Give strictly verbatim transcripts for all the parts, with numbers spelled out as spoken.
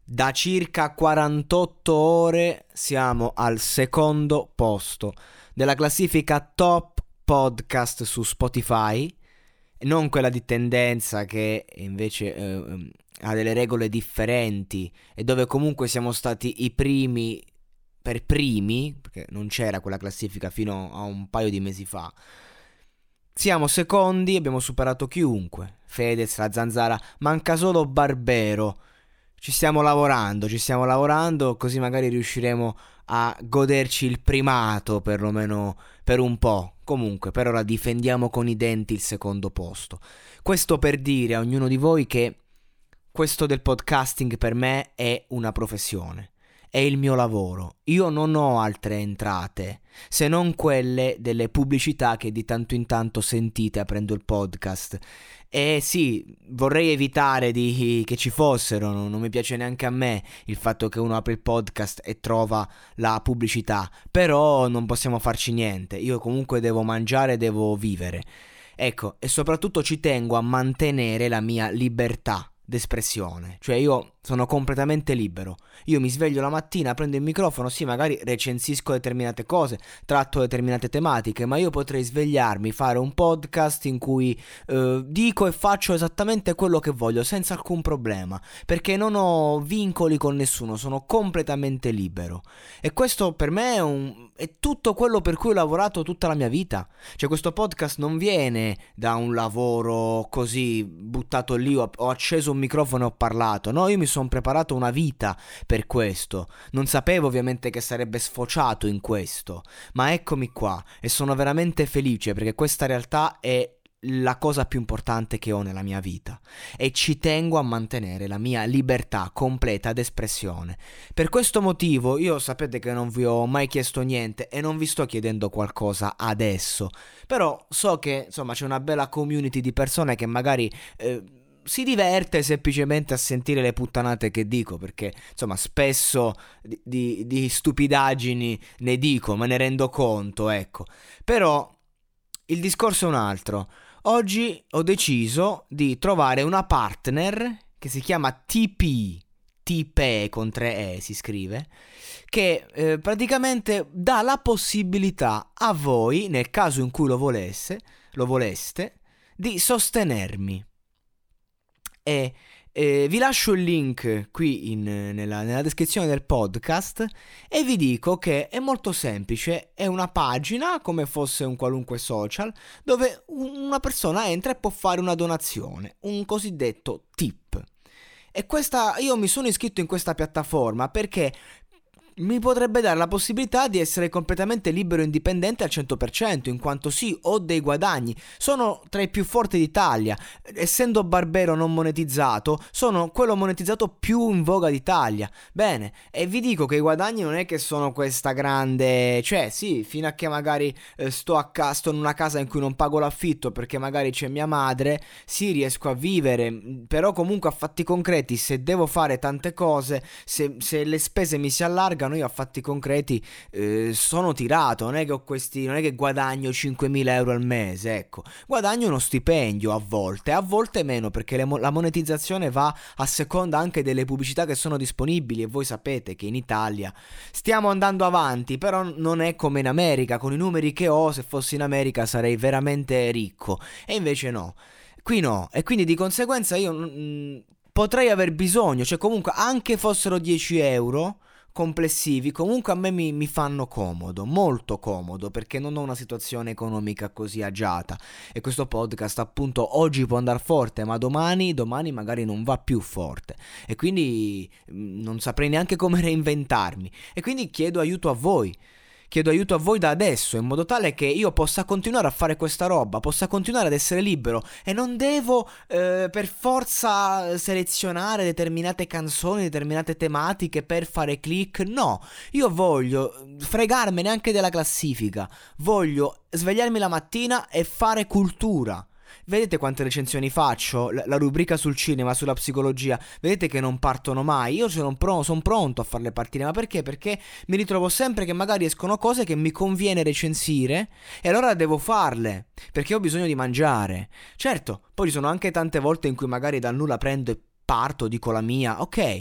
Da circa quarantotto ore siamo al secondo posto della classifica top podcast su Spotify, non quella di tendenza che invece eh, ha delle regole differenti e dove comunque siamo stati i primi per primi, perché non c'era quella classifica fino a un paio di mesi fa. Siamo secondi, abbiamo superato chiunque, Fedez, la Zanzara, manca solo Barbero. Ci stiamo lavorando, ci stiamo lavorando, così magari riusciremo a goderci il primato, perlomeno per un po'. Comunque, per ora difendiamo con i denti il secondo posto. Questo per dire a ognuno di voi che questo del podcasting per me è una professione. È il mio lavoro. Io non ho altre entrate se non quelle delle pubblicità che di tanto in tanto sentite aprendo il podcast. E sì, vorrei evitare di, che ci fossero, non, non mi piace neanche a me il fatto che uno apre il podcast e trova la pubblicità, però non possiamo farci niente. Io comunque devo mangiare, devo vivere. Ecco, e soprattutto ci tengo a mantenere la mia libertà d'espressione, cioè io sono completamente libero. Io mi sveglio la mattina, prendo il microfono, sì, magari recensisco determinate cose, tratto determinate tematiche, ma io potrei svegliarmi, fare un podcast in cui eh, dico e faccio esattamente quello che voglio senza alcun problema, perché non ho vincoli con nessuno, sono completamente libero. E questo per me è, un, è tutto quello per cui ho lavorato tutta la mia vita. Cioè questo podcast non viene da un lavoro così buttato lì, ho, ho acceso un microfono e ho parlato. No, io mi sono preparato una vita per questo. Non sapevo ovviamente che sarebbe sfociato in questo, ma eccomi qua e sono veramente felice perché questa realtà è la cosa più importante che ho nella mia vita e ci tengo a mantenere la mia libertà completa d'espressione. Per questo motivo io sapete che non vi ho mai chiesto niente e non vi sto chiedendo qualcosa adesso, però so che insomma c'è una bella community di persone che magari eh, si diverte semplicemente a sentire le puttanate che dico, perché insomma spesso di, di, di stupidaggini ne dico, me ne rendo conto, ecco. Però il discorso è un altro. Oggi ho deciso di trovare una partner che si chiama T P, T P E con tre E si scrive, che eh, praticamente dà la possibilità a voi, nel caso in cui lo volesse, lo voleste, di sostenermi. E eh, vi lascio il link qui in, nella, nella descrizione del podcast e vi dico che è molto semplice, è una pagina come fosse un qualunque social dove una persona entra e può fare una donazione, un cosiddetto tip. E questa, io mi sono iscritto in questa piattaforma perché mi potrebbe dare la possibilità di essere completamente libero e indipendente al cento per cento, in quanto sì, ho dei guadagni, sono tra i più forti d'Italia, essendo Barbero non monetizzato, sono quello monetizzato più in voga d'Italia. Bene, e vi dico che i guadagni non è che sono questa grande, cioè sì, fino a che magari eh, sto, a ca- sto in una casa in cui non pago l'affitto perché magari c'è mia madre, sì, riesco a vivere, però comunque a fatti concreti, se devo fare tante cose, se, se le spese mi si allargano, io a fatti concreti eh, sono tirato, non è che ho questi, non è che guadagno cinquemila euro al mese, ecco, guadagno uno stipendio a volte, a volte meno, perché le, la monetizzazione va a seconda anche delle pubblicità che sono disponibili e voi sapete che in Italia stiamo andando avanti, però non è come in America, con i numeri che ho, se fossi in America sarei veramente ricco, e invece no, qui no, e quindi di conseguenza io mh, potrei aver bisogno, cioè comunque anche fossero dieci euro complessivi, comunque a me mi, mi fanno comodo, molto comodo, perché non ho una situazione economica così agiata e questo podcast appunto oggi può andare forte, ma domani, domani magari non va più forte e quindi mh, non saprei neanche come reinventarmi e quindi chiedo aiuto a voi. Chiedo aiuto a voi da adesso, in modo tale che io possa continuare a fare questa roba, possa continuare ad essere libero e non devo eh, per forza selezionare determinate canzoni, determinate tematiche per fare click. No, io voglio fregarmene anche della classifica, voglio svegliarmi la mattina e fare cultura. Vedete quante recensioni faccio? La, la rubrica sul cinema, sulla psicologia. Vedete che non partono mai? Io sono, pro- sono pronto a farle partire. Ma perché? Perché mi ritrovo sempre che magari escono cose che mi conviene recensire e allora devo farle, perché ho bisogno di mangiare. Certo, poi ci sono anche tante volte in cui magari dal nulla prendo e parto, dico la mia, ok.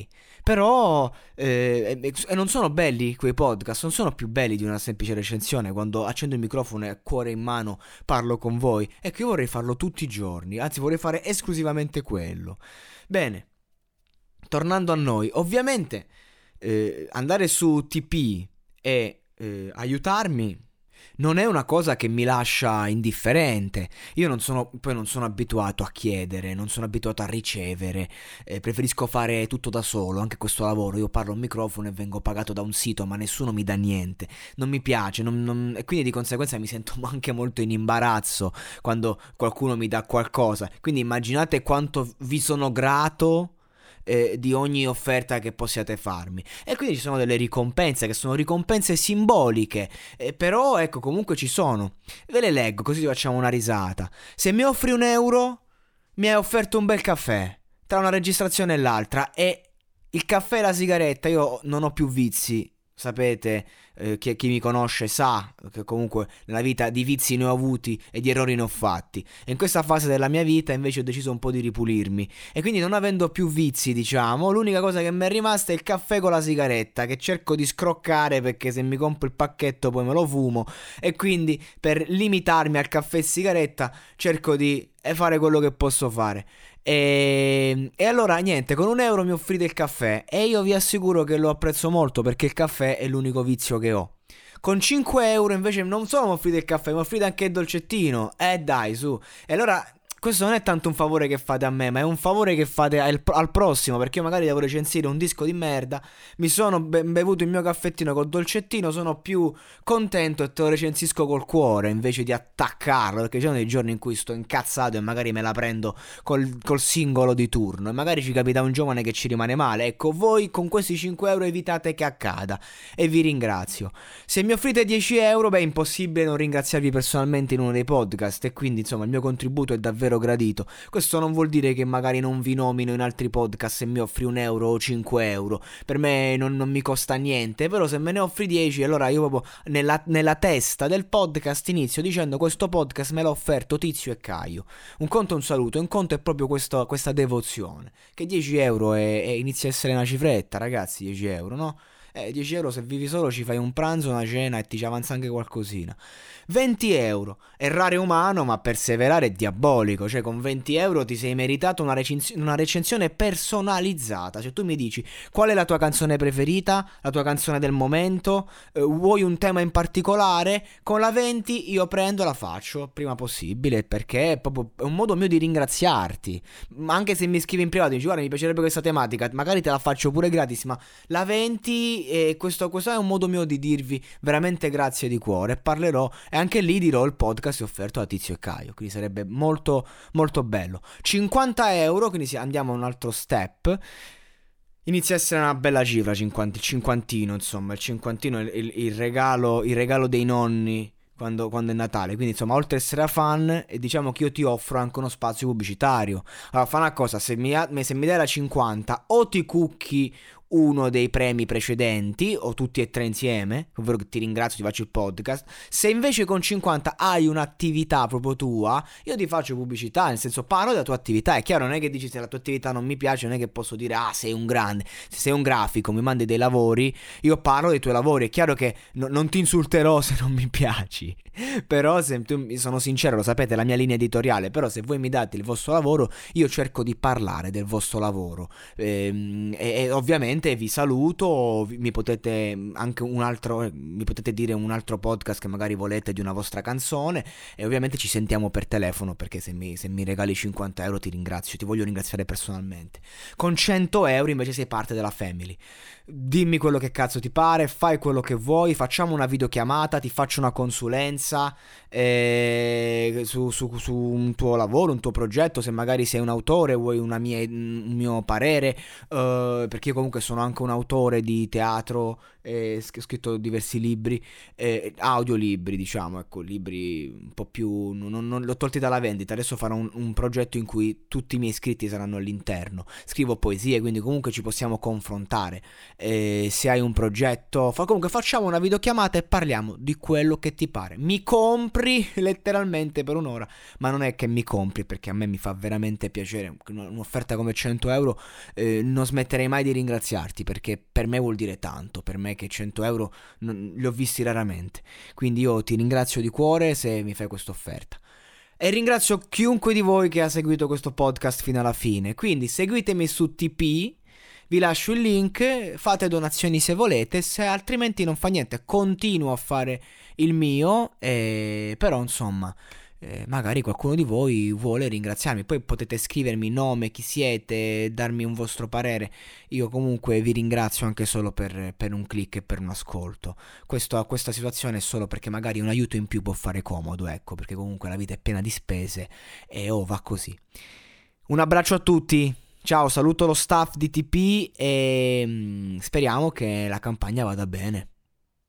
Però eh, e, e non sono belli quei podcast, non sono più belli di una semplice recensione, quando accendo il microfono e a cuore in mano parlo con voi. Ecco, io vorrei farlo tutti i giorni, anzi vorrei fare esclusivamente quello. Bene, tornando a noi, ovviamente eh, andare su T P e eh, aiutarmi non è una cosa che mi lascia indifferente. Io non sono, poi non sono abituato a chiedere, non sono abituato a ricevere, eh, preferisco fare tutto da solo, anche questo lavoro. Io parlo al microfono e vengo pagato da un sito, ma nessuno mi dà niente. Non mi piace, non- non- e quindi di conseguenza mi sento anche molto in imbarazzo quando qualcuno mi dà qualcosa. Quindi immaginate quanto vi sono grato eh, di ogni offerta che possiate farmi. E quindi ci sono delle ricompense che sono ricompense simboliche, eh, però ecco, comunque ci sono. Ve le leggo così facciamo una risata. Se mi offri un euro, mi hai offerto un bel caffè tra una registrazione e l'altra, e il caffè e la sigaretta, io non ho più vizi. Sapete, eh, chi, chi mi conosce sa che comunque nella vita di vizi ne ho avuti e di errori ne ho fatti. E in questa fase della mia vita invece ho deciso un po' di ripulirmi. E quindi non avendo più vizi, diciamo, l'unica cosa che mi è rimasta è il caffè con la sigaretta, che cerco di scroccare perché se mi compro il pacchetto poi me lo fumo. E quindi per limitarmi al caffè e sigaretta cerco di fare quello che posso fare. E, e allora niente, con un euro mi offrite il caffè e io vi assicuro che lo apprezzo molto, perché il caffè è l'unico vizio che ho. Con cinque euro invece non solo mi offrite il caffè, mi offrite anche il dolcettino. Eh dai, su. E allora questo non è tanto un favore che fate a me, ma è un favore che fate al, al prossimo, perché io magari devo recensire un disco di merda, mi sono be- bevuto il mio caffettino col dolcettino, sono più contento e te lo recensisco col cuore invece di attaccarlo, perché ci sono dei giorni in cui sto incazzato e magari me la prendo col, col singolo di turno, e magari ci capita un giovane che ci rimane male. Ecco, voi con questi cinque euro evitate che accada, e vi ringrazio. Se mi offrite dieci euro, beh, è impossibile non ringraziarvi personalmente in uno dei podcast, e quindi insomma il mio contributo è davvero gradito. Questo non vuol dire che magari non vi nomino in altri podcast se mi offri un euro o cinque euro. Per me non, non mi costa niente, però se me ne offri dieci, allora io proprio nella, nella testa del podcast inizio dicendo: questo podcast me l'ha offerto Tizio e Caio. Un conto è un saluto, un conto è proprio questo, questa devozione. Che dieci euro è, è, inizia a essere una cifretta, ragazzi, dieci euro, no? Eh, dieci euro se vivi solo ci fai un pranzo, una cena e ti ci avanza anche qualcosina. venti euro, errare umano ma perseverare è diabolico. Cioè con venti euro ti sei meritato una, recensi- una recensione personalizzata. Cioè tu mi dici qual è la tua canzone preferita, la tua canzone del momento, eh, vuoi un tema in particolare, con la venti io prendo e la faccio prima possibile, perché è proprio è un modo mio di ringraziarti. Ma anche se mi scrivi in privato e dici guarda mi piacerebbe questa tematica, magari te la faccio pure gratis, ma la venti, e questo, questo è un modo mio di dirvi veramente grazie di cuore. Parlerò e anche lì dirò il podcast è offerto da Tizio e Caio, quindi sarebbe molto molto bello. cinquanta euro, quindi andiamo a un altro step. Inizia a essere una bella cifra, cinquanta, il cinquantino, insomma, il cinquantino è il, il regalo, il regalo dei nonni quando, quando è Natale. Quindi insomma, oltre a essere fan, e diciamo che io ti offro anche uno spazio pubblicitario. Allora fa una cosa, se mi, se mi dai la cinquanta o ti cucchi uno dei premi precedenti o tutti e tre insieme, ovvero che ti ringrazio, ti faccio il podcast. Se invece con cinquanta hai un'attività proprio tua, io ti faccio pubblicità, nel senso parlo della tua attività. È chiaro, non è che dici se la tua attività non mi piace, non è che posso dire ah sei un grande. Se sei un grafico mi mandi dei lavori, io parlo dei tuoi lavori. È chiaro che no, non ti insulterò se non mi piaci, però se tu, sono sincero, lo sapete la mia linea editoriale, però se voi mi date il vostro lavoro io cerco di parlare del vostro lavoro, ehm, e, e ovviamente vi saluto. Mi potete anche un altro mi potete dire un altro podcast che magari volete di una vostra canzone, e ovviamente ci sentiamo per telefono, perché se mi, se mi regali cinquanta euro ti ringrazio, ti voglio ringraziare personalmente. Con cento euro invece sei parte della family. Dimmi quello che cazzo ti pare, fai quello che vuoi, facciamo una videochiamata, ti faccio una consulenza eh, su, su, su un tuo lavoro, un tuo progetto. Se magari sei un autore, vuoi una mia, un mio parere, eh, perché io comunque sono anche un autore di teatro eh, ho scritto diversi libri, eh, audiolibri diciamo, ecco, libri un po' più, non, non, l'ho tolti dalla vendita, adesso farò un, un progetto in cui tutti i miei iscritti saranno all'interno. Scrivo poesie, quindi comunque ci possiamo confrontare, eh, se hai un progetto, fa, comunque facciamo una videochiamata e parliamo di quello che ti pare, mi compri letteralmente per un'ora, ma non è che mi compri, perché a me mi fa veramente piacere, un'offerta come cento euro, eh, non smetterei mai di ringraziarti, perché per me vuol dire tanto, per me che cento euro non, li ho visti raramente, quindi io ti ringrazio di cuore se mi fai questa offerta. E ringrazio chiunque di voi che ha seguito questo podcast fino alla fine, quindi seguitemi su T P, vi lascio il link, fate donazioni se volete, se altrimenti non fa niente, continuo a fare il mio, eh, però insomma, eh, magari qualcuno di voi vuole ringraziarmi, poi potete scrivermi nome, chi siete, darmi un vostro parere, io comunque vi ringrazio anche solo per, per un click e per un ascolto. Questo, questa situazione è solo perché magari un aiuto in più può fare comodo, ecco, perché comunque la vita è piena di spese e oh, va così. Un abbraccio a tutti. Ciao, saluto lo staff di T P e mm, speriamo che la campagna vada bene.